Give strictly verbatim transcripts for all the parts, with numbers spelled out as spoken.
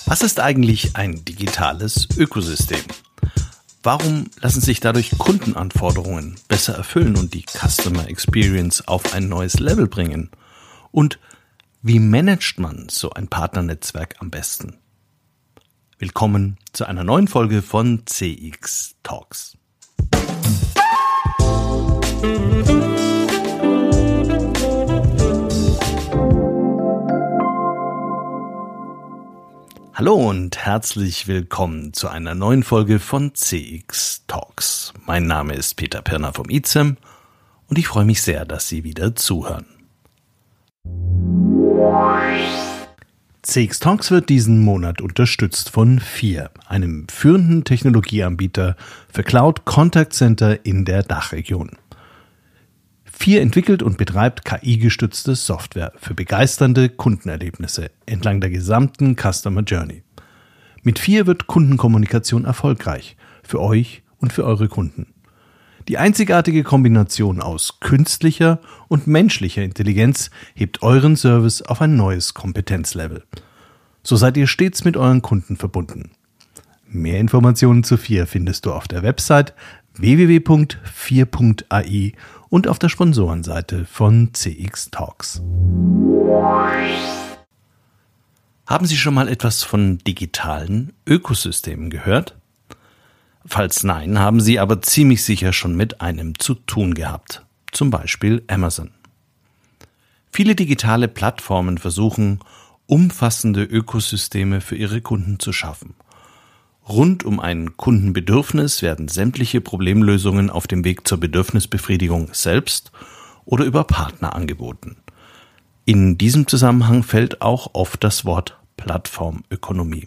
Was ist eigentlich ein digitales Ökosystem? Warum lassen sich dadurch Kundenanforderungen besser erfüllen und die Customer Experience auf ein neues Level bringen? Und wie managt man so ein Partnernetzwerk am besten? Willkommen zu einer neuen Folge von C X Talks. Hallo und herzlich willkommen zu einer neuen Folge von C X Talks. Mein Name ist Peter Pirner vom I Z E M und ich freue mich sehr, dass Sie wieder zuhören. C X Talks wird diesen Monat unterstützt von Vier, einem führenden Technologieanbieter für Cloud Contact Center in der Dachregion. Vier entwickelt und betreibt K I-gestützte Software für begeisternde Kundenerlebnisse entlang der gesamten Customer Journey. Mit Vier wird Kundenkommunikation erfolgreich, für euch und für eure Kunden. Die einzigartige Kombination aus künstlicher und menschlicher Intelligenz hebt euren Service auf ein neues Kompetenzlevel. So seid ihr stets mit euren Kunden verbunden. Mehr Informationen zu Vier findest du auf der Website w w w punkt vier punkt a i und auf der Sponsorenseite von C X Talks. Haben Sie schon mal etwas von digitalen Ökosystemen gehört? Falls nein, haben Sie aber ziemlich sicher schon mit einem zu tun gehabt, zum Beispiel Amazon. Viele digitale Plattformen versuchen, umfassende Ökosysteme für ihre Kunden zu schaffen. Rund um ein Kundenbedürfnis werden sämtliche Problemlösungen auf dem Weg zur Bedürfnisbefriedigung selbst oder über Partner angeboten. In diesem Zusammenhang fällt auch oft das Wort Plattformökonomie.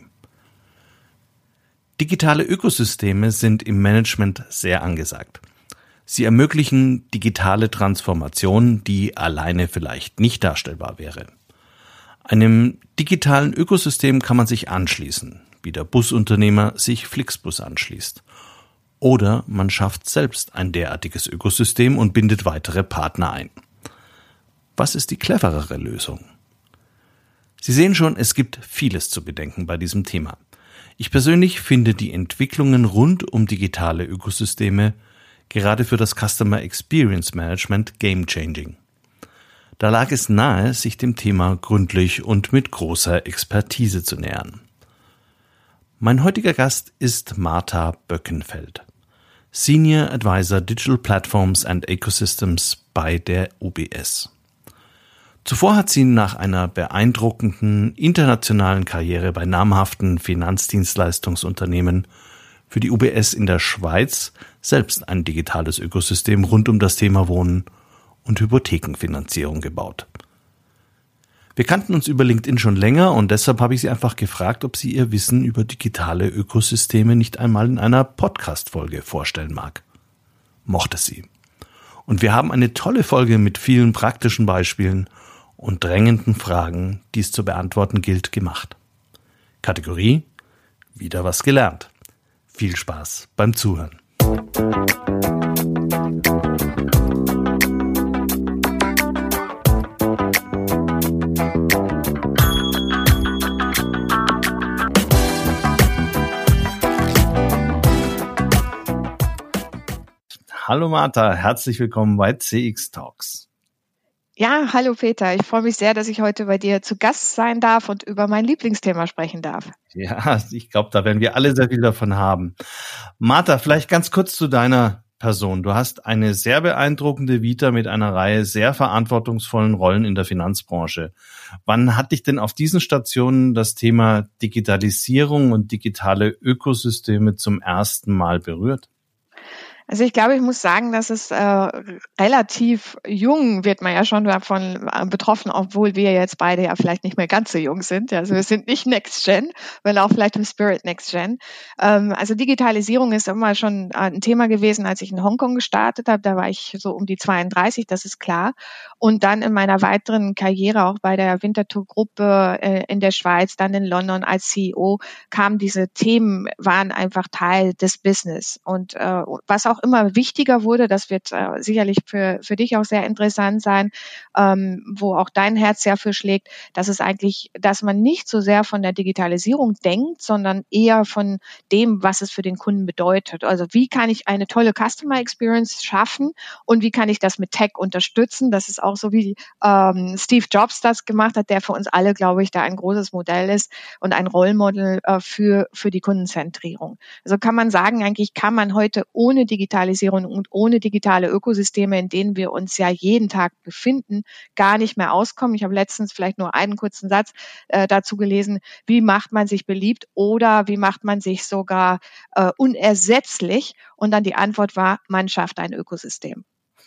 Digitale Ökosysteme sind im Management sehr angesagt. Sie ermöglichen digitale Transformation, die alleine vielleicht nicht darstellbar wäre. Einem digitalen Ökosystem kann man sich anschließen, wie der Busunternehmer sich Flixbus anschließt. Oder man schafft selbst ein derartiges Ökosystem und bindet weitere Partner ein. Was ist die cleverere Lösung? Sie sehen schon, es gibt vieles zu bedenken bei diesem Thema. Ich persönlich finde die Entwicklungen rund um digitale Ökosysteme gerade für das Customer Experience Management game-changing. Da lag es nahe, sich dem Thema gründlich und mit großer Expertise zu nähern. Mein heutiger Gast ist Martha Böckenfeld, Senior Advisor Digital Platforms and Ecosystems bei der U B S. Zuvor hat sie nach einer beeindruckenden internationalen Karriere bei namhaften Finanzdienstleistungsunternehmen für die U B S in der Schweiz selbst ein digitales Ökosystem rund um das Thema Wohnen und Hypothekenfinanzierung gebaut. Wir kannten uns über LinkedIn schon länger und deshalb habe ich sie einfach gefragt, ob sie ihr Wissen über digitale Ökosysteme nicht einmal in einer Podcast-Folge vorstellen mag. Mochte sie. Und wir haben eine tolle Folge mit vielen praktischen Beispielen und drängenden Fragen, die es zu beantworten gilt, gemacht. Kategorie: Wieder was gelernt. Viel Spaß beim Zuhören. Hallo Martha, herzlich willkommen bei C X Talks. Ja, hallo Peter, ich freue mich sehr, dass ich heute bei dir zu Gast sein darf und über mein Lieblingsthema sprechen darf. Ja, ich glaube, da werden wir alle sehr viel davon haben. Martha, vielleicht ganz kurz zu deiner Person. Du hast eine sehr beeindruckende Vita mit einer Reihe sehr verantwortungsvollen Rollen in der Finanzbranche. Wann hat dich denn auf diesen Stationen das Thema Digitalisierung und digitale Ökosysteme zum ersten Mal berührt? Also ich glaube, ich muss sagen, dass es äh, relativ jung wird man ja schon davon äh, betroffen, obwohl wir jetzt beide ja vielleicht nicht mehr ganz so jung sind. Also wir sind nicht Next Gen, wenn auch vielleicht im Spirit Next Gen. Ähm, also Digitalisierung ist immer schon äh, ein Thema gewesen, als ich in Hongkong gestartet habe. Da war ich so um die zweiunddreißig, das ist klar. Und dann in meiner weiteren Karriere auch bei der Winterthur-Gruppe äh, in der Schweiz, dann in London als C E O, kamen diese Themen, waren einfach Teil des Business. Und äh, was auch auch immer wichtiger wurde, das wird äh, sicherlich für, für dich auch sehr interessant sein, ähm, wo auch dein Herz ja für schlägt, dass es eigentlich, dass man nicht so sehr von der Digitalisierung denkt, sondern eher von dem, was es für den Kunden bedeutet. Also wie kann ich eine tolle Customer Experience schaffen und wie kann ich das mit Tech unterstützen? Das ist auch so, wie ähm, Steve Jobs das gemacht hat, der für uns alle, glaube ich, da ein großes Modell ist und ein Rollmodel äh, für, für die Kundenzentrierung. Also kann man sagen, eigentlich kann man heute ohne Digitalisierung und ohne digitale Ökosysteme, in denen wir uns ja jeden Tag befinden, gar nicht mehr auskommen. Ich habe letztens vielleicht nur einen kurzen Satz äh, dazu gelesen, wie macht man sich beliebt oder wie macht man sich sogar äh, unersetzlich? Und dann die Antwort war, man schafft ein Ökosystem.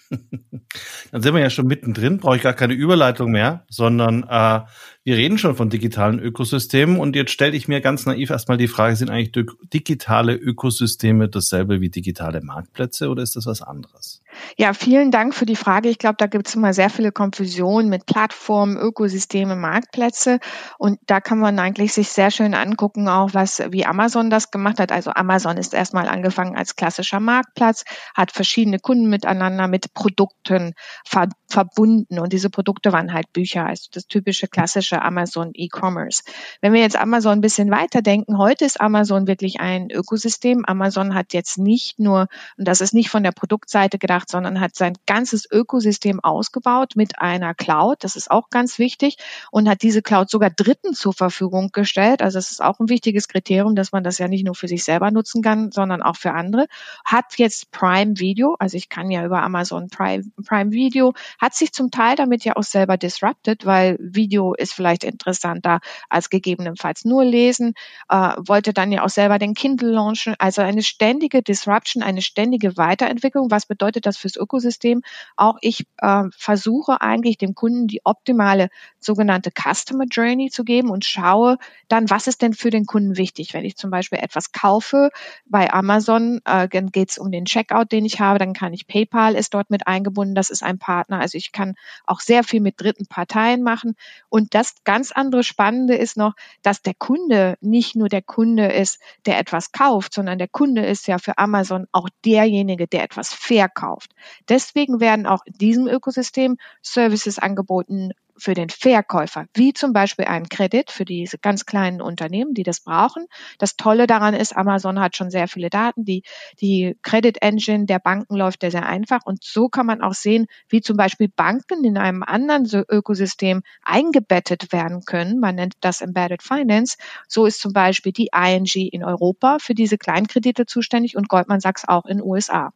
Dann sind wir ja schon mittendrin, brauche ich gar keine Überleitung mehr, sondern äh, wir reden schon von digitalen Ökosystemen und jetzt stelle ich mir ganz naiv erstmal die Frage, sind eigentlich digitale Ökosysteme dasselbe wie digitale Marktplätze oder ist das was anderes? Ja, vielen Dank für die Frage. Ich glaube, da gibt es immer sehr viele Konfusionen mit Plattformen, Ökosysteme, Marktplätze. Und da kann man eigentlich sich sehr schön angucken, auch was, wie Amazon das gemacht hat. Also Amazon ist erstmal angefangen als klassischer Marktplatz, hat verschiedene Kunden miteinander mit Produkten ver- verbunden. Und diese Produkte waren halt Bücher, also das typische klassische Amazon E-Commerce. Wenn wir jetzt Amazon ein bisschen weiterdenken, heute ist Amazon wirklich ein Ökosystem. Amazon hat jetzt nicht nur, und das ist nicht von der Produktseite gedacht, sondern hat sein ganzes Ökosystem ausgebaut mit einer Cloud. Das ist auch ganz wichtig und hat diese Cloud sogar Dritten zur Verfügung gestellt. Also es ist auch ein wichtiges Kriterium, dass man das ja nicht nur für sich selber nutzen kann, sondern auch für andere. Hat jetzt Prime Video, also ich kann ja über Amazon Prime, Prime Video, hat sich zum Teil damit ja auch selber disrupted, weil Video ist vielleicht interessanter als gegebenenfalls nur lesen, äh, wollte dann ja auch selber den Kindle launchen. Also eine ständige Disruption, eine ständige Weiterentwicklung. Was bedeutet das fürs Ökosystem? Auch ich äh, versuche eigentlich dem Kunden die optimale sogenannte Customer Journey zu geben und schaue dann, was ist denn für den Kunden wichtig? Wenn ich zum Beispiel etwas kaufe bei Amazon, äh, dann geht es um den Checkout, den ich habe, dann kann ich PayPal ist dort mit eingebunden, das ist ein Partner. Also ich kann auch sehr viel mit dritten Parteien machen. Und das ganz andere Spannende ist noch, dass der Kunde nicht nur der Kunde ist, der etwas kauft, sondern der Kunde ist ja für Amazon auch derjenige, der etwas verkauft. Deswegen werden auch in diesem Ökosystem Services angeboten für den Verkäufer, wie zum Beispiel einen Kredit für diese ganz kleinen Unternehmen, die das brauchen. Das Tolle daran ist, Amazon hat schon sehr viele Daten. Die, die Credit Engine der Banken läuft ja sehr einfach. Und so kann man auch sehen, wie zum Beispiel Banken in einem anderen Ökosystem eingebettet werden können. Man nennt das Embedded Finance. So ist zum Beispiel die I N G in Europa für diese Kleinkredite zuständig und Goldman Sachs auch in den U S A.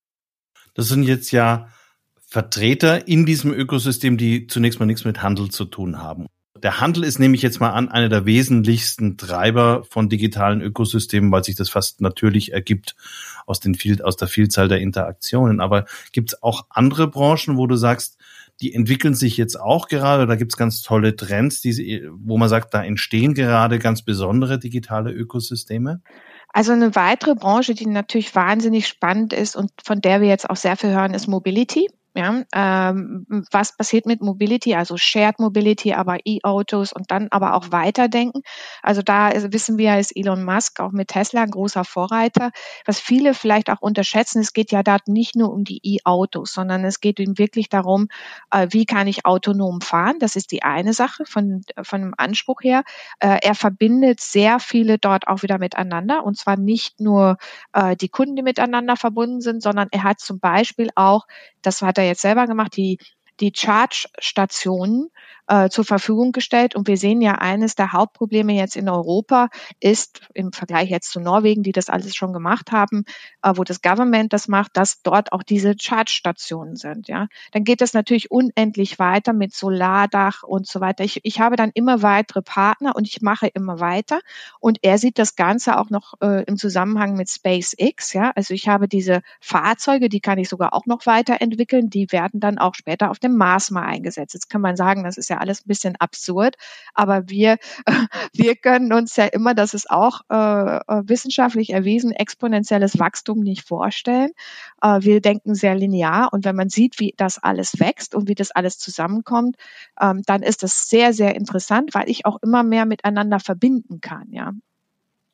Das sind jetzt ja Vertreter in diesem Ökosystem, die zunächst mal nichts mit Handel zu tun haben. Der Handel ist, nehme ich jetzt mal an, einer der wesentlichsten Treiber von digitalen Ökosystemen, weil sich das fast natürlich ergibt aus den viel, aus der Vielzahl der Interaktionen. Aber gibt es auch andere Branchen, wo du sagst, die entwickeln sich jetzt auch gerade, da gibt es ganz tolle Trends, die, wo man sagt, da entstehen gerade ganz besondere digitale Ökosysteme? Also eine weitere Branche, die natürlich wahnsinnig spannend ist und von der wir jetzt auch sehr viel hören, ist Mobility. Ja, ähm, was passiert mit Mobility, also Shared Mobility, aber E-Autos und dann aber auch weiterdenken. Also da ist, wissen wir, ist Elon Musk auch mit Tesla ein großer Vorreiter. Was viele vielleicht auch unterschätzen, es geht ja da nicht nur um die E-Autos, sondern es geht ihm wirklich darum, äh, wie kann ich autonom fahren. Das ist die eine Sache von, von dem Anspruch her. Äh, er verbindet sehr viele dort auch wieder miteinander und zwar nicht nur äh, die Kunden, die miteinander verbunden sind, sondern er hat zum Beispiel auch, das hat er jetzt selber gemacht, die die Charge-Stationen äh, zur Verfügung gestellt. Und wir sehen ja, eines der Hauptprobleme jetzt in Europa ist, im Vergleich jetzt zu Norwegen, die das alles schon gemacht haben, äh, wo das Government das macht, dass dort auch diese Charge-Stationen sind. Ja, dann geht das natürlich unendlich weiter mit Solardach und so weiter. Ich, ich habe dann immer weitere Partner und ich mache immer weiter. Und er sieht das Ganze auch noch äh, im Zusammenhang mit SpaceX. Ja, also ich habe diese Fahrzeuge, die kann ich sogar auch noch weiterentwickeln. Die werden dann auch später auf dem Mars mal eingesetzt. Jetzt kann man sagen, das ist ja alles ein bisschen absurd, aber wir, wir können uns ja immer, das ist auch äh, wissenschaftlich erwiesen, exponentielles Wachstum nicht vorstellen. Äh, wir denken sehr linear und wenn man sieht, wie das alles wächst und wie das alles zusammenkommt, ähm, dann ist das sehr, sehr interessant, weil ich auch immer mehr miteinander verbinden kann, ja.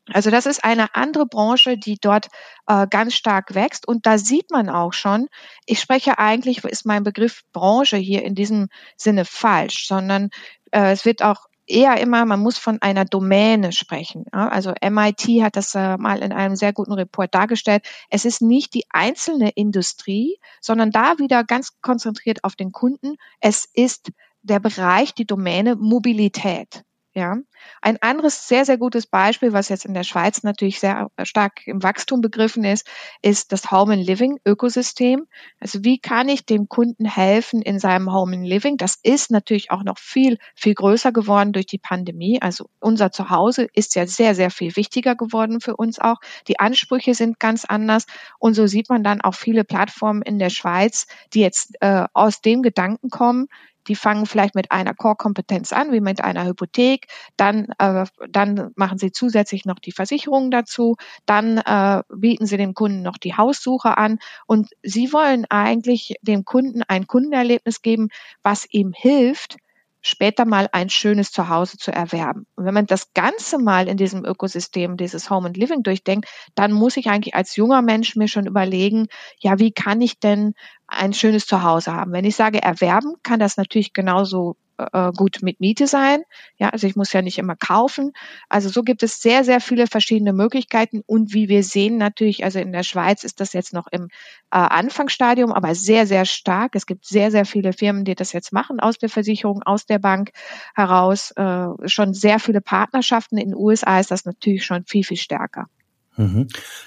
Also das ist eine andere Branche, die dort äh, ganz stark wächst. Und da sieht man auch schon, ich spreche eigentlich, ist mein Begriff Branche hier in diesem Sinne falsch, sondern äh, es wird auch eher immer, man muss von einer Domäne sprechen. Ja? Also M I T hat das äh, mal in einem sehr guten Report dargestellt. Es ist nicht die einzelne Industrie, sondern da wieder ganz konzentriert auf den Kunden. Es ist der Bereich, die Domäne Mobilität. Ja, ein anderes sehr, sehr gutes Beispiel, was jetzt in der Schweiz natürlich sehr stark im Wachstum begriffen ist, ist das Home and Living Ökosystem. Also wie kann ich dem Kunden helfen in seinem Home and Living? Das ist natürlich auch noch viel, viel größer geworden durch die Pandemie. Also unser Zuhause ist ja sehr, sehr viel wichtiger geworden für uns auch. Die Ansprüche sind ganz anders. Und so sieht man dann auch viele Plattformen in der Schweiz, die jetzt äh, aus dem Gedanken kommen, die fangen vielleicht mit einer Core-Kompetenz an, wie mit einer Hypothek. Dann, äh, dann machen sie zusätzlich noch die Versicherung dazu. Dann äh, bieten sie dem Kunden noch die Haussuche an. Und sie wollen eigentlich dem Kunden ein Kundenerlebnis geben, was ihm hilft, später mal ein schönes Zuhause zu erwerben. Und wenn man das Ganze mal in diesem Ökosystem, dieses Home and Living durchdenkt, dann muss ich eigentlich als junger Mensch mir schon überlegen, ja, wie kann ich denn ein schönes Zuhause haben? Wenn ich sage erwerben, kann das natürlich genauso äh, gut mit Miete sein. Ja, also ich muss ja nicht immer kaufen. Also so gibt es sehr, sehr viele verschiedene Möglichkeiten. Und wie wir sehen natürlich, also in der Schweiz ist das jetzt noch im äh, Anfangsstadium, aber sehr, sehr stark. Es gibt sehr, sehr viele Firmen, die das jetzt machen aus der Versicherung, aus der Bank heraus. Äh, schon sehr viele Partnerschaften. In den U S A ist das natürlich schon viel, viel stärker. Mhm.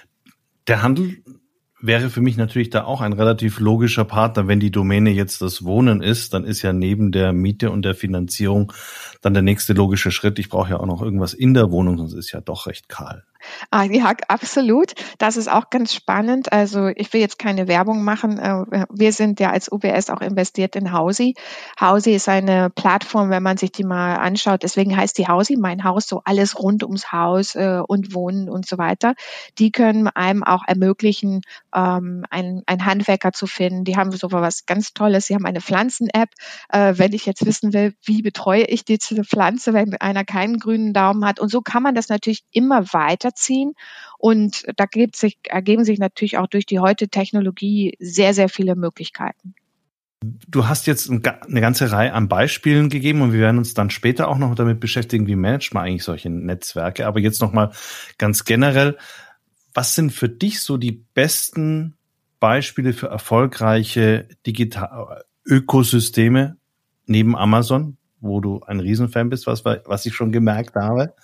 Der Handel wäre für mich natürlich da auch ein relativ logischer Partner. Wenn die Domäne jetzt das Wohnen ist, dann ist ja neben der Miete und der Finanzierung dann der nächste logische Schritt. Ich brauche ja auch noch irgendwas in der Wohnung, sonst ist ja doch recht kahl. Ah, ja, absolut. Das ist auch ganz spannend. Also ich will jetzt keine Werbung machen. Wir sind ja als U B S auch investiert in Hausi. Hausi ist eine Plattform, wenn man sich die mal anschaut. Deswegen heißt die Hausi, mein Haus, so alles rund ums Haus und Wohnen und so weiter. Die können einem auch ermöglichen, einen, einen Handwerker zu finden. Die haben so was ganz Tolles. Sie haben eine Pflanzen-App. Wenn ich jetzt wissen will, wie betreue ich diese Pflanze, wenn einer keinen grünen Daumen hat. Und so kann man das natürlich immer weiter ziehen. Und da gibt sich, ergeben sich natürlich auch durch die heutige Technologie sehr, sehr viele Möglichkeiten. Du hast jetzt eine ganze Reihe an Beispielen gegeben und wir werden uns dann später auch noch damit beschäftigen, wie managt man eigentlich solche Netzwerke. Aber jetzt nochmal ganz generell, was sind für dich so die besten Beispiele für erfolgreiche digitale Ökosysteme neben Amazon, wo du ein Riesenfan bist, was, was ich schon gemerkt habe?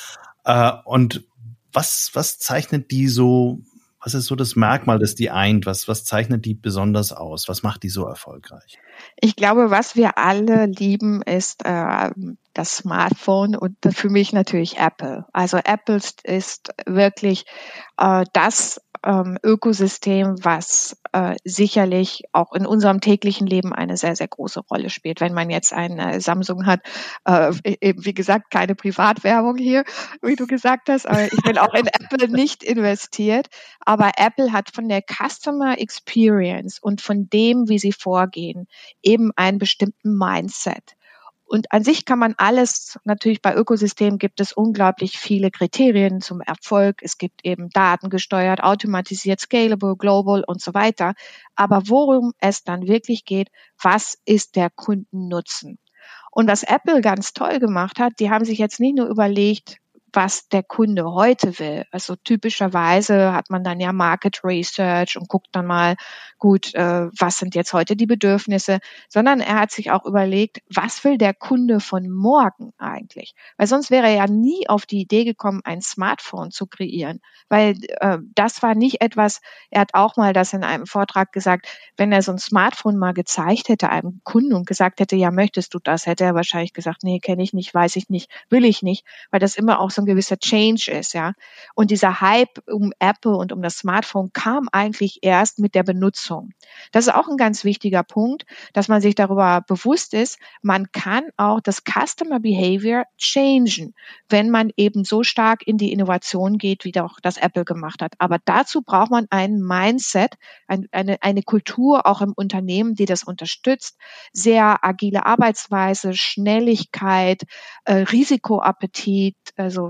Und Was, was zeichnet die so, was ist so das Merkmal, das die eint? Was, was zeichnet die besonders aus? Was macht die so erfolgreich? Ich glaube, was wir alle lieben, ist äh, das Smartphone und für mich natürlich Apple. Also Apple ist wirklich äh, das ähm, Ökosystem, was äh, sicherlich auch in unserem täglichen Leben eine sehr, sehr große Rolle spielt. Wenn man jetzt eine Samsung hat, äh, eben wie gesagt, keine Privatwerbung hier, wie du gesagt hast, aber ich bin auch in Apple nicht investiert. Aber Apple hat von der Customer Experience und von dem, wie sie vorgehen, eben einen bestimmten Mindset. Und an sich kann man alles, natürlich bei Ökosystemen gibt es unglaublich viele Kriterien zum Erfolg. Es gibt eben datengesteuert, automatisiert, scalable, global und so weiter. Aber worum es dann wirklich geht, was ist der Kundennutzen? Und was Apple ganz toll gemacht hat, die haben sich jetzt nicht nur überlegt, was der Kunde heute will. Also typischerweise hat man dann ja Market Research und guckt dann mal, gut, äh, was sind jetzt heute die Bedürfnisse, sondern er hat sich auch überlegt, was will der Kunde von morgen eigentlich? Weil sonst wäre er ja nie auf die Idee gekommen, ein Smartphone zu kreieren, weil äh, das war nicht etwas, er hat auch mal das in einem Vortrag gesagt, wenn er so ein Smartphone mal gezeigt hätte einem Kunden und gesagt hätte, ja, möchtest du das, hätte er wahrscheinlich gesagt, nee, kenne ich nicht, weiß ich nicht, will ich nicht, weil das immer auch so ein gewisser Change ist, ja. Und dieser Hype um Apple und um das Smartphone kam eigentlich erst mit der Benutzung. Das ist auch ein ganz wichtiger Punkt, dass man sich darüber bewusst ist, man kann auch das Customer Behavior changen, wenn man eben so stark in die Innovation geht, wie auch das Apple gemacht hat. Aber dazu braucht man ein Mindset, ein, eine, eine Kultur auch im Unternehmen, die das unterstützt, sehr agile Arbeitsweise, Schnelligkeit, äh, Risikoappetit, also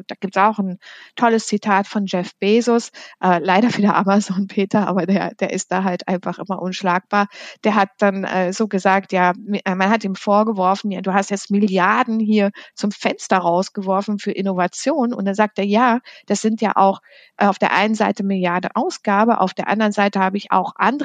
Also da gibt's auch ein tolles Zitat von Jeff Bezos, äh, leider wieder Amazon, Peter, aber der, der ist da halt einfach immer unschlagbar. Der hat dann äh, so gesagt, ja, man hat ihm vorgeworfen, ja, du hast jetzt Milliarden hier zum Fenster rausgeworfen für Innovation. Und dann sagt er, ja, das sind ja auch äh, auf der einen Seite Milliarden Ausgabe, auf der anderen Seite habe ich auch andere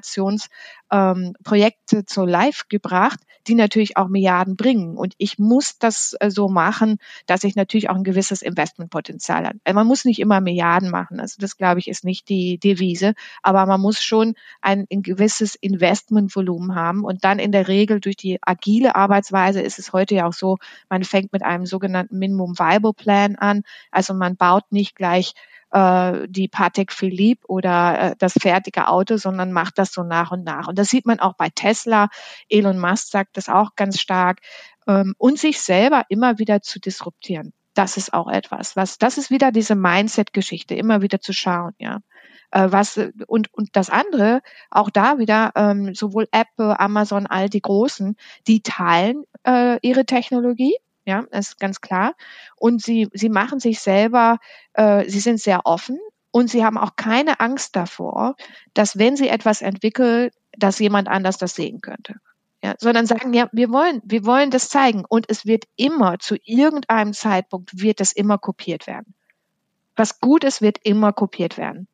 Innovationsprojekte ähm, zu live gebracht, die natürlich auch Milliarden bringen. Und ich muss das äh, so machen, dass ich natürlich auch ein gewisses Investmentpotenzial habe. Also man muss nicht immer Milliarden machen. Also das, glaube ich, ist nicht die Devise. Aber man muss schon ein, ein gewisses Investmentvolumen haben. Und dann in der Regel durch die agile Arbeitsweise ist es heute ja auch so, man fängt mit einem sogenannten Minimum Viable Plan an. Also man baut nicht gleich die Patek Philippe oder äh, das fertige Auto, sondern macht das so nach und nach. Und das sieht man auch bei Tesla. Elon Musk sagt das auch ganz stark. Ähm, und sich selber immer wieder zu disruptieren. Das ist auch etwas, was, das ist wieder diese Mindset-Geschichte, immer wieder zu schauen, ja. Äh, was, und, und das andere, auch da wieder, ähm, sowohl Apple, Amazon, all die Großen, die teilen äh, ihre Technologie. Ja, das ist ganz klar. Und sie, sie machen sich selber, äh, sie sind sehr offen und sie haben auch keine Angst davor, dass wenn sie etwas entwickeln, dass jemand anders das sehen könnte. Ja, sondern sagen, ja, wir wollen, wir wollen das zeigen. Und es wird immer, zu irgendeinem Zeitpunkt wird es immer kopiert werden. Was gut ist, wird immer kopiert werden.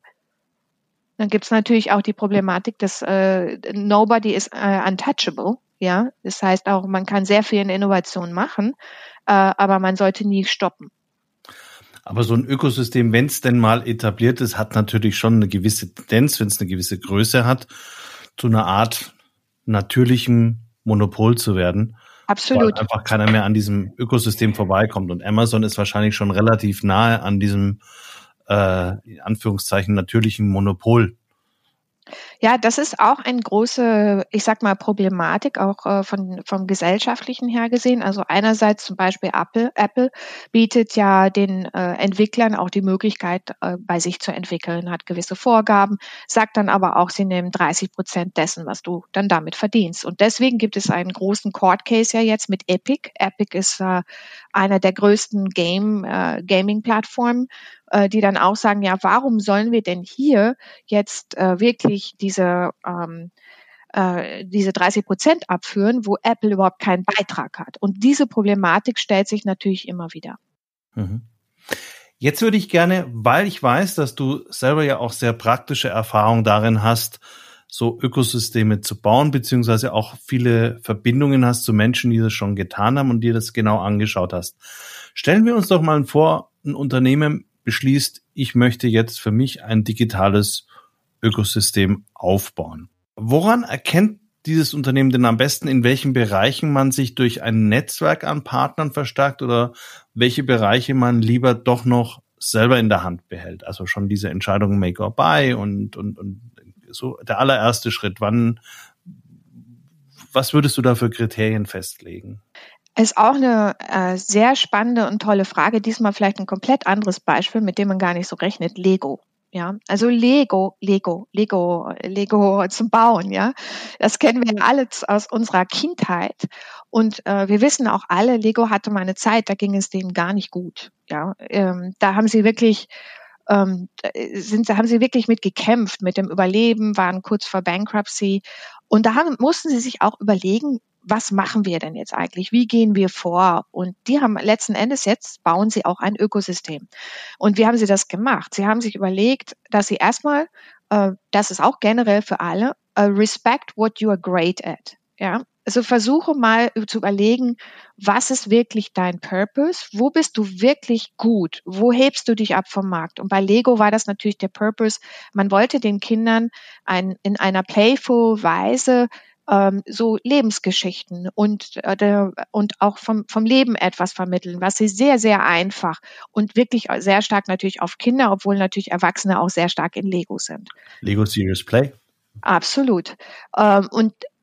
Dann gibt es natürlich auch die Problematik, dass äh, nobody is uh, untouchable. Ja, das heißt auch, man kann sehr viel in Innovation machen, äh, aber man sollte nie stoppen. Aber so ein Ökosystem, wenn es denn mal etabliert ist, hat natürlich schon eine gewisse Tendenz, wenn es eine gewisse Größe hat, zu einer Art natürlichem Monopol zu werden. Absolut. Weil einfach keiner mehr an diesem Ökosystem vorbeikommt. Und Amazon ist wahrscheinlich schon relativ nahe an diesem, äh, in Anführungszeichen, natürlichen Monopol. Ja, das ist auch eine große, ich sag mal, Problematik, auch äh, von, vom Gesellschaftlichen her gesehen. Also einerseits zum Beispiel Apple, Apple bietet ja den äh, Entwicklern auch die Möglichkeit, äh, bei sich zu entwickeln, hat gewisse Vorgaben, sagt dann aber auch, sie nehmen dreißig Prozent dessen, was du dann damit verdienst. Und deswegen gibt es einen großen Court Case ja jetzt mit Epic. Epic ist äh, einer der größten Game, äh, Gaming-Plattformen, die dann auch sagen, ja, warum sollen wir denn hier jetzt äh, wirklich diese ähm, äh, diese dreißig Prozent abführen, wo Apple überhaupt keinen Beitrag hat? Und diese Problematik stellt sich natürlich immer wieder. Mhm. Jetzt würde ich gerne, weil ich weiß, dass du selber ja auch sehr praktische Erfahrung darin hast, so Ökosysteme zu bauen, beziehungsweise auch viele Verbindungen hast zu Menschen, die das schon getan haben und dir das genau angeschaut hast. Stellen wir uns doch mal vor, ein Unternehmen beschließt, ich möchte jetzt für mich ein digitales Ökosystem aufbauen. Woran erkennt dieses Unternehmen denn am besten, in welchen Bereichen man sich durch ein Netzwerk an Partnern verstärkt oder welche Bereiche man lieber doch noch selber in der Hand behält? Also schon diese Entscheidung Make or Buy und, und, und so der allererste Schritt. Wann, was würdest du da für Kriterien festlegen? Ist auch eine äh, sehr spannende und tolle Frage. Diesmal vielleicht ein komplett anderes Beispiel, mit dem man gar nicht so rechnet. Lego. Ja, also Lego, Lego, Lego, Lego zum Bauen, ja. Das kennen wir alle aus unserer Kindheit. Und äh, wir wissen auch alle, Lego hatte mal eine Zeit, da ging es denen gar nicht gut. Ja, ähm, da haben sie wirklich ähm, sind, haben sie wirklich mit gekämpft, mit dem Überleben, waren kurz vor Bankruptcy. Und da haben, mussten sie sich auch überlegen, was machen wir denn jetzt eigentlich? Wie gehen wir vor? Und die haben letzten Endes jetzt, bauen sie auch ein Ökosystem. Und wie haben sie das gemacht? Sie haben sich überlegt, dass sie erstmal, äh, das ist auch generell für alle, uh, respect what you are great at. Ja, also versuche mal zu überlegen, was ist wirklich dein Purpose? Wo bist du wirklich gut? Wo hebst du dich ab vom Markt? Und bei Lego war das natürlich der Purpose. Man wollte den Kindern ein, in einer playful Weise ähm, so Lebensgeschichten und, äh, und auch vom, vom Leben etwas vermitteln, was sie sehr, sehr einfach und wirklich sehr stark natürlich auf Kinder, obwohl natürlich Erwachsene auch sehr stark in Lego sind. Lego Serious Play? Absolut. Ähm, und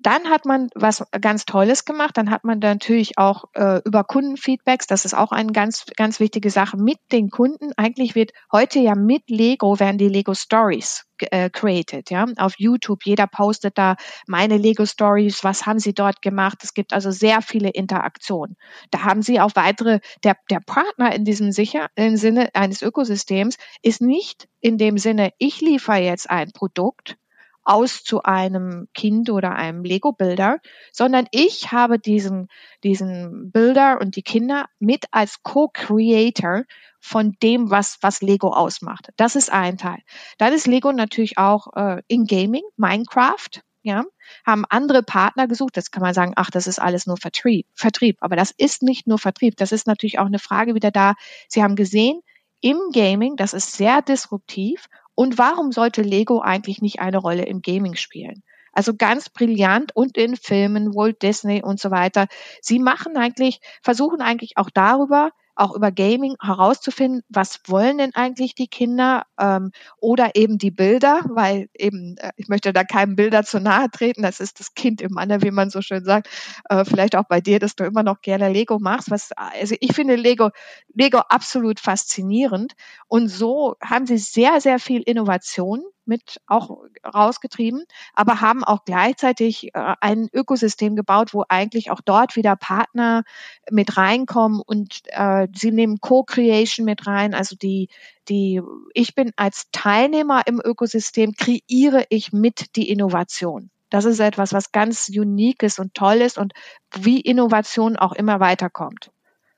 Dann hat man was ganz Tolles gemacht. Dann hat man natürlich auch äh, über Kundenfeedbacks, das ist auch eine ganz, ganz wichtige Sache, mit den Kunden. Eigentlich wird heute ja mit Lego, werden die Lego Stories äh, created, ja, auf YouTube. Jeder postet da meine Lego Stories, was haben sie dort gemacht. Es gibt also sehr viele Interaktionen. Da haben sie auch weitere, der, der Partner in diesem sicher, im Sinne eines Ökosystems ist nicht in dem Sinne, ich liefere jetzt ein Produkt aus zu einem Kind oder einem Lego-Bilder, sondern ich habe diesen, diesen Bilder und die Kinder mit als Co-Creator von dem, was, was Lego ausmacht. Das ist ein Teil. Dann ist Lego natürlich auch äh, in Gaming, Minecraft, ja, haben andere Partner gesucht. Das kann man sagen, ach, das ist alles nur Vertrieb, Vertrieb. Aber das ist nicht nur Vertrieb. Das ist natürlich auch eine Frage wieder da. Sie haben gesehen, im Gaming, das ist sehr disruptiv. Und warum sollte Lego eigentlich nicht eine Rolle im Gaming spielen? Also ganz brillant und in Filmen, Walt Disney und so weiter. Sie machen eigentlich, versuchen eigentlich auch darüber, auch über Gaming herauszufinden, was wollen denn eigentlich die Kinder ähm, oder eben die Bilder, weil eben, äh, ich möchte da keinem Bilder zu nahe treten, das ist das Kind im Manne, wie man so schön sagt, äh, vielleicht auch bei dir, dass du immer noch gerne Lego machst. Was, also ich finde Lego, Lego absolut faszinierend und so haben sie sehr, sehr viel Innovation mit auch rausgetrieben, aber haben auch gleichzeitig äh, ein Ökosystem gebaut, wo eigentlich auch dort wieder Partner mit reinkommen und äh, sie nehmen Co-Creation mit rein, also die, die, ich bin als Teilnehmer im Ökosystem, kreiere ich mit die Innovation. Das ist etwas, was ganz Uniques und toll ist und wie Innovation auch immer weiterkommt.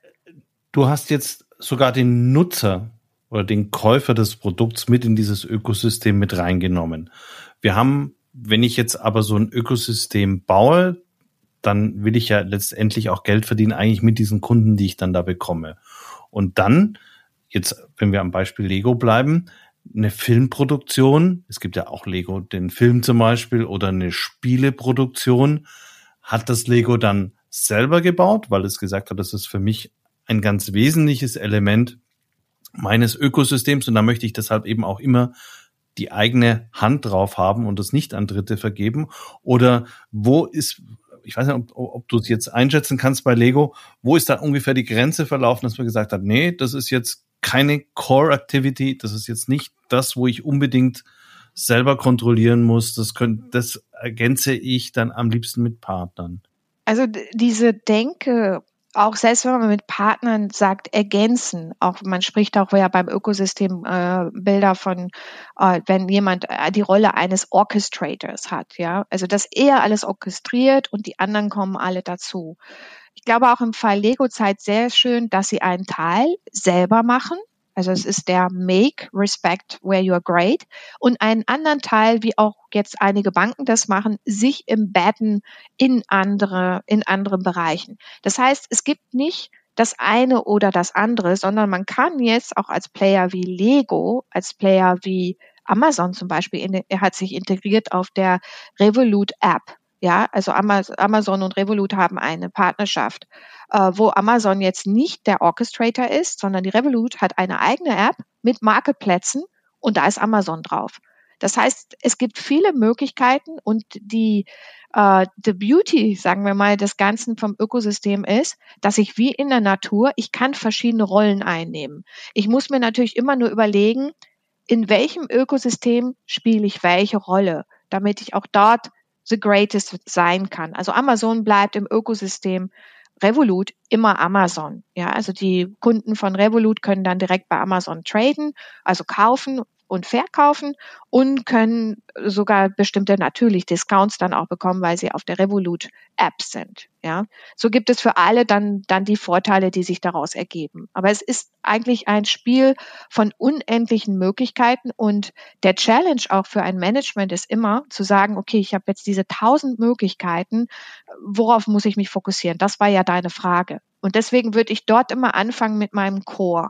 Du hast jetzt sogar den Nutzer oder den Käufer des Produkts mit in dieses Ökosystem mit reingenommen. Wir haben, wenn ich jetzt aber so ein Ökosystem baue, dann will ich ja letztendlich auch Geld verdienen, eigentlich mit diesen Kunden, die ich dann da bekomme. Und dann, jetzt, wenn wir am Beispiel Lego bleiben, eine Filmproduktion, es gibt ja auch Lego, den Film zum Beispiel, oder eine Spieleproduktion, hat das Lego dann selber gebaut, weil es gesagt hat, das ist für mich ein ganz wesentliches Element meines Ökosystems und da möchte ich deshalb eben auch immer die eigene Hand drauf haben und das nicht an Dritte vergeben. Oder wo ist, ich weiß nicht, ob, ob du es jetzt einschätzen kannst bei Lego, wo ist da ungefähr die Grenze verlaufen, dass man gesagt hat, nee, das ist jetzt keine Core-Activity, das ist jetzt nicht das, wo ich unbedingt selber kontrollieren muss, das, könnt, das ergänze ich dann am liebsten mit Partnern. Also d- diese Denke, auch selbst wenn man mit Partnern sagt, ergänzen, auch man spricht auch ja beim Ökosystem äh, Bilder von, äh, wenn jemand äh, die Rolle eines Orchestrators hat, ja, also dass er alles orchestriert und die anderen kommen alle dazu. Ich glaube auch im Fall Lego zeigt sehr schön, dass sie einen Teil selber machen. Also es ist der Make, Respect, Where You Are Great. Und einen anderen Teil, wie auch jetzt einige Banken das machen, sich embedden in andere, in anderen Bereichen. Das heißt, es gibt nicht das eine oder das andere, sondern man kann jetzt auch als Player wie Lego, als Player wie Amazon zum Beispiel, er hat sich integriert auf der Revolut App. Ja, also Amazon und Revolut haben eine Partnerschaft, äh, wo Amazon jetzt nicht der Orchestrator ist, sondern die Revolut hat eine eigene App mit Marktplätzen und da ist Amazon drauf. Das heißt, es gibt viele Möglichkeiten und die äh, the beauty, sagen wir mal, des Ganzen vom Ökosystem ist, dass ich wie in der Natur, ich kann verschiedene Rollen einnehmen. Ich muss mir natürlich immer nur überlegen, in welchem Ökosystem spiele ich welche Rolle, damit ich auch dort the greatest sein kann. Also Amazon bleibt im Ökosystem Revolut immer Amazon. Ja, also die Kunden von Revolut können dann direkt bei Amazon traden, also kaufen und verkaufen und können sogar bestimmte natürlich Discounts dann auch bekommen, weil sie auf der Revolut-App sind. Ja, so gibt es für alle dann dann die Vorteile, die sich daraus ergeben. Aber es ist eigentlich ein Spiel von unendlichen Möglichkeiten und der Challenge auch für ein Management ist immer zu sagen, okay, ich habe jetzt diese tausend Möglichkeiten, worauf muss ich mich fokussieren? Das war ja deine Frage. Und deswegen würde ich dort immer anfangen mit meinem Core.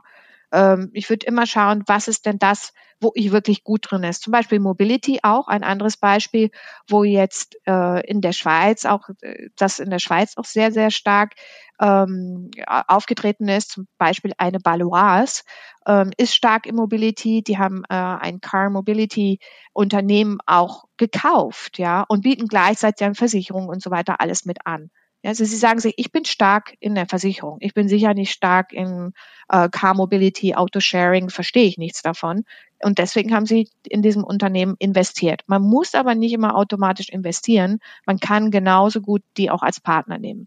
Ähm, ich würde immer schauen, was ist denn das, wo ich wirklich gut drin ist. Zum Beispiel Mobility auch, ein anderes Beispiel, wo jetzt äh, in der Schweiz auch, äh, das in der Schweiz auch sehr, sehr stark ähm, aufgetreten ist. Zum Beispiel eine Baloise ähm, ist stark in Mobility. Die haben äh, ein Car Mobility Unternehmen auch gekauft, ja, und bieten gleichzeitig dann Versicherungen und so weiter alles mit an. Ja, also sie sagen sich, ich bin stark in der Versicherung. Ich bin sicher nicht stark in äh, Car Mobility, Autosharing, verstehe ich nichts davon. Und deswegen haben sie in diesem Unternehmen investiert. Man muss aber nicht immer automatisch investieren. Man kann genauso gut die auch als Partner nehmen.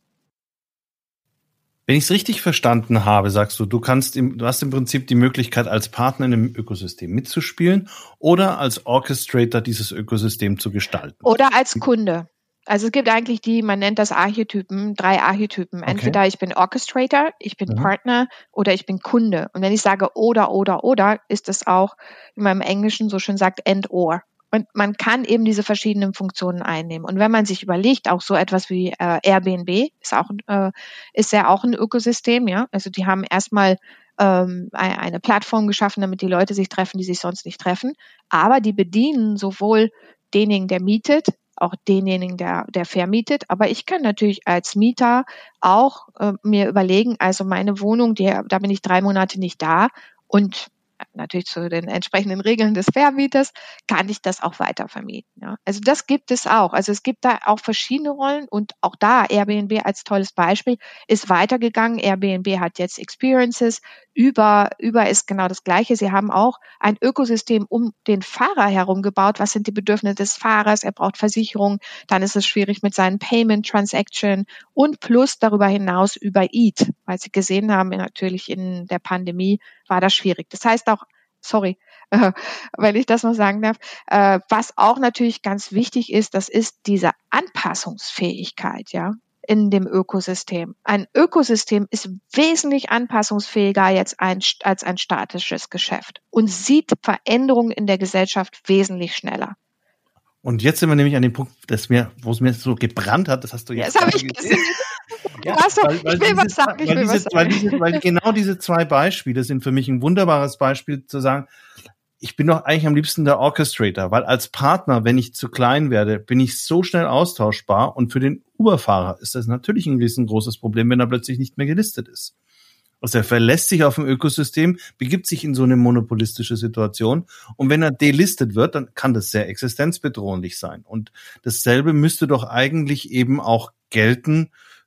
Wenn ich es richtig verstanden habe, sagst du, du kannst im, du hast im Prinzip die Möglichkeit, als Partner in einem Ökosystem mitzuspielen oder als Orchestrator dieses Ökosystem zu gestalten. Oder als Kunde. Also es gibt eigentlich die, man nennt das Archetypen, drei Archetypen. Entweder okay. Ich bin Orchestrator, ich bin mhm. Partner oder ich bin Kunde. Und wenn ich sage oder, oder, oder, ist es auch, wie man im Englischen so schön sagt, and or. Und man kann eben diese verschiedenen Funktionen einnehmen. Und wenn man sich überlegt, auch so etwas wie äh, Airbnb ist auch äh, ist ja auch ein Ökosystem, ja. Also die haben erstmal ähm, eine Plattform geschaffen, damit die Leute sich treffen, die sich sonst nicht treffen. Aber die bedienen sowohl denjenigen, der mietet, auch denjenigen, der, der vermietet. Aber ich kann natürlich als Mieter auch äh, mir überlegen, also meine Wohnung, die, da bin ich drei Monate nicht da und natürlich zu den entsprechenden Regeln des Vermieters, kann ich das auch weiter vermieten. Ja. Also das gibt es auch. Also es gibt da auch verschiedene Rollen und auch da Airbnb als tolles Beispiel ist weitergegangen. Airbnb hat jetzt Experiences. Uber, Uber ist genau das Gleiche. Sie haben auch ein Ökosystem um den Fahrer herum gebaut. Was sind die Bedürfnisse des Fahrers? Er braucht Versicherung. Dann ist es schwierig mit seinen Payment Transaction und plus darüber hinaus Uber Eats, weil sie gesehen haben, natürlich in der Pandemie war das schwierig. Das heißt auch, sorry, äh, wenn ich das noch sagen darf, äh, was auch natürlich ganz wichtig ist, das ist diese Anpassungsfähigkeit, ja, in dem Ökosystem. Ein Ökosystem ist wesentlich anpassungsfähiger jetzt ein, als ein statisches Geschäft und sieht Veränderungen in der Gesellschaft wesentlich schneller. Und jetzt sind wir nämlich an dem Punkt, dass mir, wo es mir so gebrannt hat, das hast du jetzt. Ja, das habe ich gesehen. Ja, so, weil, weil ich will diese, was sagen, ich will diese, was sagen. Weil, diese, weil genau diese zwei Beispiele sind für mich ein wunderbares Beispiel zu sagen, ich bin doch eigentlich am liebsten der Orchestrator, weil als Partner, wenn ich zu klein werde, bin ich so schnell austauschbar und für den Uber-Fahrer ist das natürlich ein riesengroßes Problem, wenn er plötzlich nicht mehr gelistet ist. Also er verlässt sich auf ein Ökosystem, begibt sich in so eine monopolistische Situation und wenn er delistet wird, dann kann das sehr existenzbedrohlich sein. Und dasselbe müsste doch eigentlich eben auch gelten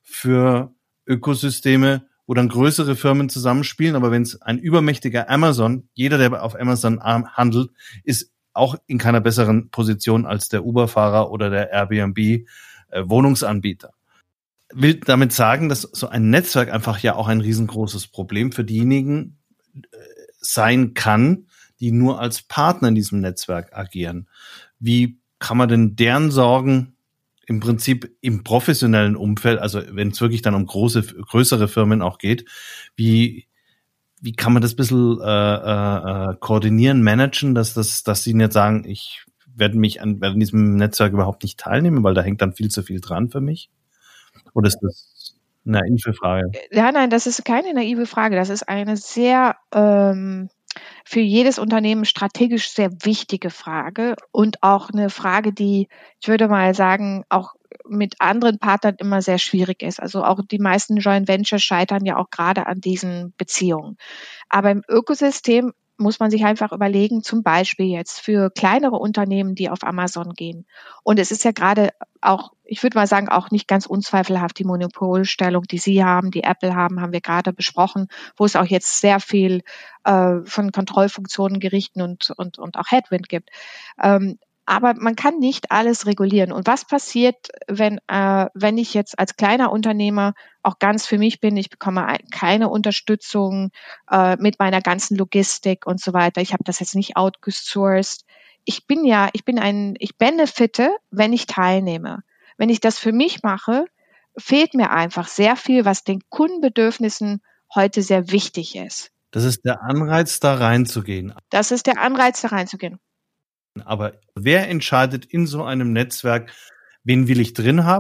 für Ökosysteme, wo dann größere Firmen zusammenspielen. Aber wenn es ein übermächtiger Amazon, jeder, der auf Amazon handelt, ist auch in keiner besseren Position als der Uber-Fahrer oder der Airbnb-Wohnungsanbieter. Will damit sagen, dass so ein Netzwerk einfach ja auch ein riesengroßes Problem für diejenigen sein kann, die nur als Partner in diesem Netzwerk agieren. Wie kann man denn deren Sorgen im Prinzip im professionellen Umfeld, also wenn es wirklich dann um große, größere Firmen auch geht, wie wie kann man das ein bisschen äh, äh, koordinieren, managen, dass das, dass sie nicht sagen, ich werde mich an, werde in diesem Netzwerk überhaupt nicht teilnehmen, weil da hängt dann viel zu viel dran für mich? Oder ist das eine naive Frage? Ja, nein, das ist keine naive Frage. Das ist eine sehr ähm, für jedes Unternehmen strategisch sehr wichtige Frage und auch eine Frage, die, ich würde mal sagen, auch mit anderen Partnern immer sehr schwierig ist. Also auch die meisten Joint Ventures scheitern ja auch gerade an diesen Beziehungen. Aber im Ökosystem muss man sich einfach überlegen, zum Beispiel jetzt für kleinere Unternehmen, die auf Amazon gehen. Und es ist ja gerade auch, ich würde mal sagen, auch nicht ganz unzweifelhaft die Monopolstellung, die Sie haben, die Apple haben, haben wir gerade besprochen, wo es auch jetzt sehr viel äh, von Kontrollfunktionen, Gerichten und, und, und auch Headwind gibt. Ähm, Aber man kann nicht alles regulieren. Und was passiert, wenn, äh, wenn ich jetzt als kleiner Unternehmer auch ganz für mich bin, ich bekomme keine Unterstützung äh, mit meiner ganzen Logistik und so weiter. Ich habe das jetzt nicht outgesourced. Ich bin ja, ich bin ein, ich benefite, wenn ich teilnehme. Wenn ich das für mich mache, fehlt mir einfach sehr viel, was den Kundenbedürfnissen heute sehr wichtig ist. Das ist der Anreiz, da reinzugehen. Das ist der Anreiz, da reinzugehen. Aber wer entscheidet in so einem Netzwerk, wen will ich drin haben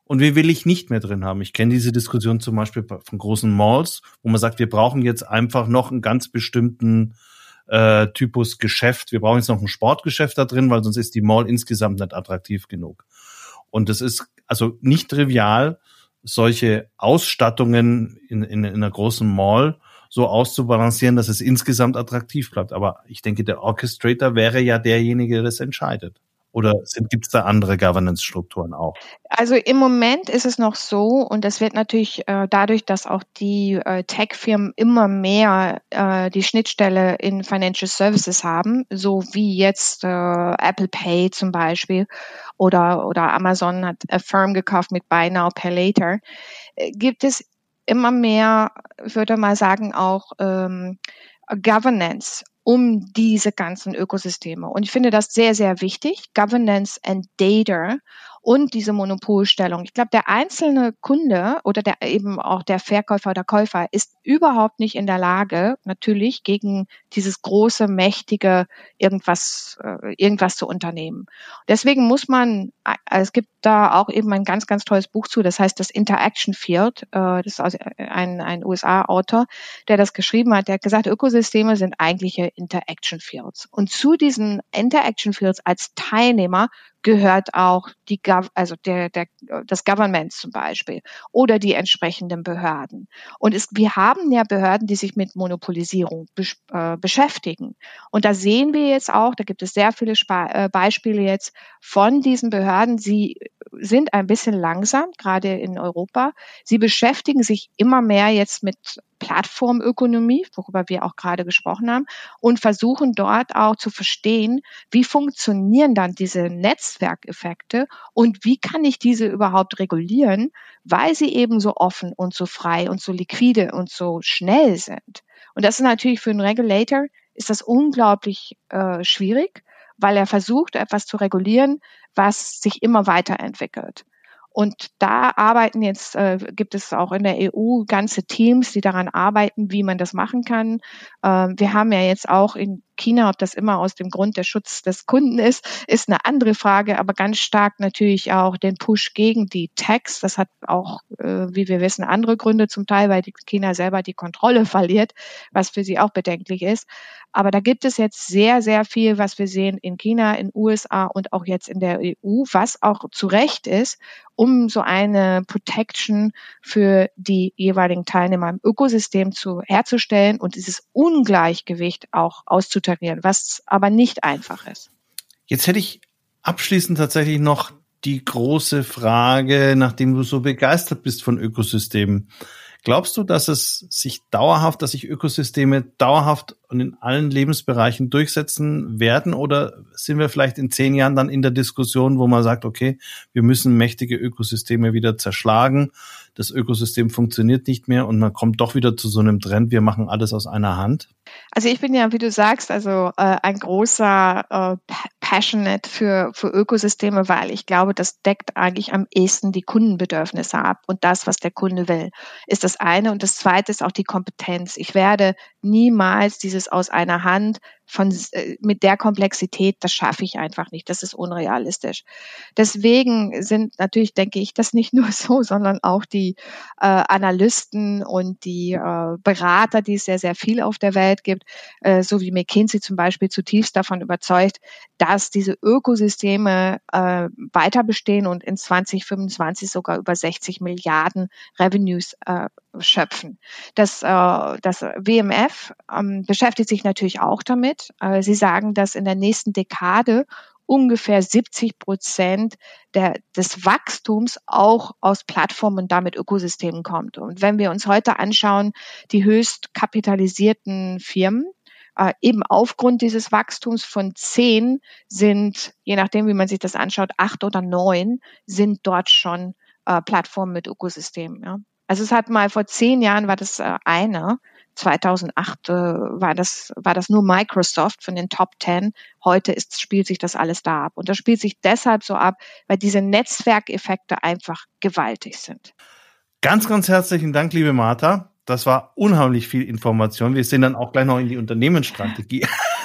und wen will ich nicht mehr drin haben. Ich kenne diese Diskussion zum Beispiel von großen Malls, wo man sagt, wir brauchen jetzt einfach noch einen ganz bestimmten äh, Typus Geschäft. Wir brauchen jetzt noch ein Sportgeschäft da drin, weil sonst ist die Mall insgesamt nicht attraktiv genug. Und es ist also nicht trivial, solche Ausstattungen in, in, in einer großen Mall so auszubalancieren, dass es insgesamt attraktiv bleibt. Aber ich denke, der Orchestrator wäre ja derjenige, der das entscheidet. Oder gibt es da andere Governance-Strukturen auch? Also im Moment ist es noch so, und das wird natürlich äh, dadurch, dass auch die äh, Tech-Firmen immer mehr äh, die Schnittstelle in Financial Services haben, so wie jetzt äh, Apple Pay zum Beispiel oder oder Amazon hat Affirm gekauft mit Buy Now, Pay Later, äh, gibt es immer mehr, ich würde mal sagen, auch ähm, Governance um diese ganzen Ökosysteme. Und ich finde das sehr, sehr wichtig, Governance and Data und diese Monopolstellung. Ich glaube, der einzelne Kunde oder der eben auch der Verkäufer oder Käufer ist überhaupt nicht in der Lage, natürlich gegen dieses große, mächtige irgendwas, äh, irgendwas zu unternehmen. Deswegen muss man, äh, es gibt da auch eben ein ganz, ganz tolles Buch zu, das heißt das Interaction Field, äh, das ist also ein, ein U S A-Autor, der das geschrieben hat, der hat gesagt, Ökosysteme sind eigentliche Interaction Fields. Und zu diesen Interaction Fields als Teilnehmer gehört auch die, also der, der, das Government zum Beispiel oder die entsprechenden Behörden. Und es, wir haben ja Behörden, die sich mit Monopolisierung besch, äh, beschäftigen. Und da sehen wir jetzt auch, da gibt es sehr viele Sp- äh, Beispiele jetzt von diesen Behörden. Sie sind ein bisschen langsam, gerade in Europa. Sie beschäftigen sich immer mehr jetzt mit Plattformökonomie, worüber wir auch gerade gesprochen haben, und versuchen dort auch zu verstehen, wie funktionieren dann diese Netzwerkeffekte und wie kann ich diese überhaupt regulieren, weil sie eben so offen und so frei und so liquide und so schnell sind. Und das ist natürlich für einen Regulator, ist das unglaublich äh, schwierig, weil er versucht, etwas zu regulieren, was sich immer weiterentwickelt. Und da arbeiten jetzt, äh, gibt es auch in der E U ganze Teams, die daran arbeiten, wie man das machen kann. Ähm, wir haben ja jetzt auch in China, ob das immer aus dem Grund der Schutz des Kunden ist, ist eine andere Frage, aber ganz stark natürlich auch den Push gegen die Tax. Das hat auch, äh, wie wir wissen, andere Gründe zum Teil, weil die China selber die Kontrolle verliert, was für sie auch bedenklich ist. Aber da gibt es jetzt sehr, sehr viel, was wir sehen in China, in U S A und auch jetzt in der E U, was auch zu Recht ist, um so eine Protection für die jeweiligen Teilnehmer im Ökosystem zu herzustellen und dieses Ungleichgewicht auch auszutarieren, was aber nicht einfach ist. Jetzt hätte ich abschließend tatsächlich noch die große Frage, nachdem du so begeistert bist von Ökosystemen. Glaubst du, dass es sich dauerhaft, dass sich Ökosysteme dauerhaft und in allen Lebensbereichen durchsetzen werden? Oder sind wir vielleicht in zehn Jahren dann in der Diskussion, wo man sagt, okay, wir müssen mächtige Ökosysteme wieder zerschlagen, das Ökosystem funktioniert nicht mehr und man kommt doch wieder zu so einem Trend, wir machen alles aus einer Hand? Also ich bin ja, wie du sagst, also äh, ein großer äh, Passionate für, für Ökosysteme, weil ich glaube, das deckt eigentlich am ehesten die Kundenbedürfnisse ab und das, was der Kunde will, ist das eine. Und das zweite ist auch die Kompetenz. Ich werde niemals dieses aus einer Hand von mit der Komplexität, das schaffe ich einfach nicht. Das ist unrealistisch. Deswegen sind natürlich, denke ich, das nicht nur so, sondern auch die äh, Analysten und die äh, Berater, die es sehr, sehr viel auf der Welt gibt, äh, so wie McKinsey zum Beispiel, zutiefst davon überzeugt, dass diese Ökosysteme äh, weiter bestehen und in zwanzig fünfundzwanzig sogar über sechzig Milliarden Revenues äh, schöpfen. Das, äh, das W M F ähm, beschäftigt sich natürlich auch damit. Äh, sie sagen, dass in der nächsten Dekade ungefähr siebzig Prozent der, des Wachstums auch aus Plattformen und damit Ökosystemen kommt. Und wenn wir uns heute anschauen, die höchst kapitalisierten Firmen, äh, eben aufgrund dieses Wachstums von zehn sind, je nachdem, wie man sich das anschaut, acht oder neun sind dort schon äh, Plattformen mit Ökosystemen. Ja. Also es hat mal vor zehn Jahren war das äh, eine, zweitausendacht äh, war das war das nur Microsoft von den Top Ten. Heute ist, spielt sich das alles da ab. Und das spielt sich deshalb so ab, weil diese Netzwerkeffekte einfach gewaltig sind. Ganz, ganz herzlichen Dank, liebe Martha. Das war unheimlich viel Information. Wir sind dann auch gleich noch in die Unternehmensstrategie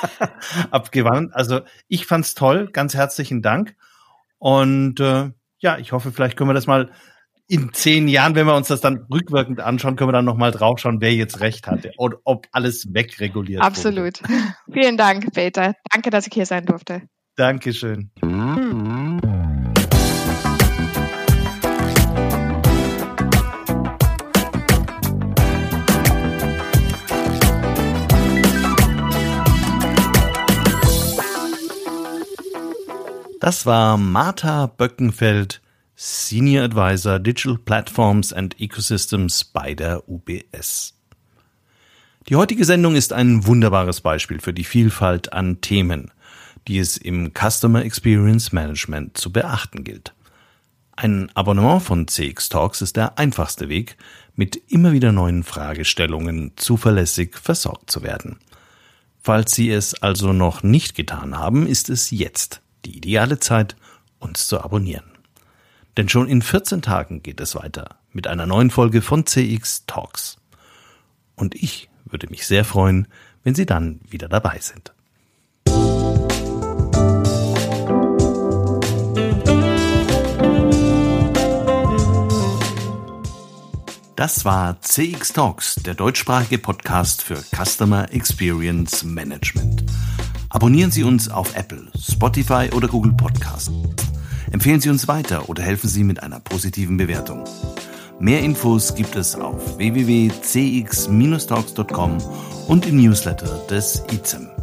abgewandert. Also ich fand's toll. Ganz herzlichen Dank. Und äh, ja, ich hoffe, vielleicht können wir das mal in zehn Jahren, wenn wir uns das dann rückwirkend anschauen, können wir dann nochmal drauf schauen, wer jetzt recht hatte und ob alles wegreguliert wurde. Absolut. Vielen Dank, Peter. Danke, dass ich hier sein durfte. Dankeschön. Das war Martha Böckenfeld, Senior Advisor Digital Platforms and Ecosystems bei der U B S. Die heutige Sendung ist ein wunderbares Beispiel für die Vielfalt an Themen, die es im Customer Experience Management zu beachten gilt. Ein Abonnement von C X Talks ist der einfachste Weg, mit immer wieder neuen Fragestellungen zuverlässig versorgt zu werden. Falls Sie es also noch nicht getan haben, ist es jetzt die ideale Zeit, uns zu abonnieren. Denn schon in vierzehn Tagen geht es weiter mit einer neuen Folge von C X Talks. Und ich würde mich sehr freuen, wenn Sie dann wieder dabei sind. Das war C X Talks, der deutschsprachige Podcast für Customer Experience Management. Abonnieren Sie uns auf Apple, Spotify oder Google Podcast. Empfehlen Sie uns weiter oder helfen Sie mit einer positiven Bewertung. Mehr Infos gibt es auf w w w punkt c x Bindestrich talks punkt com und im Newsletter des I C E M.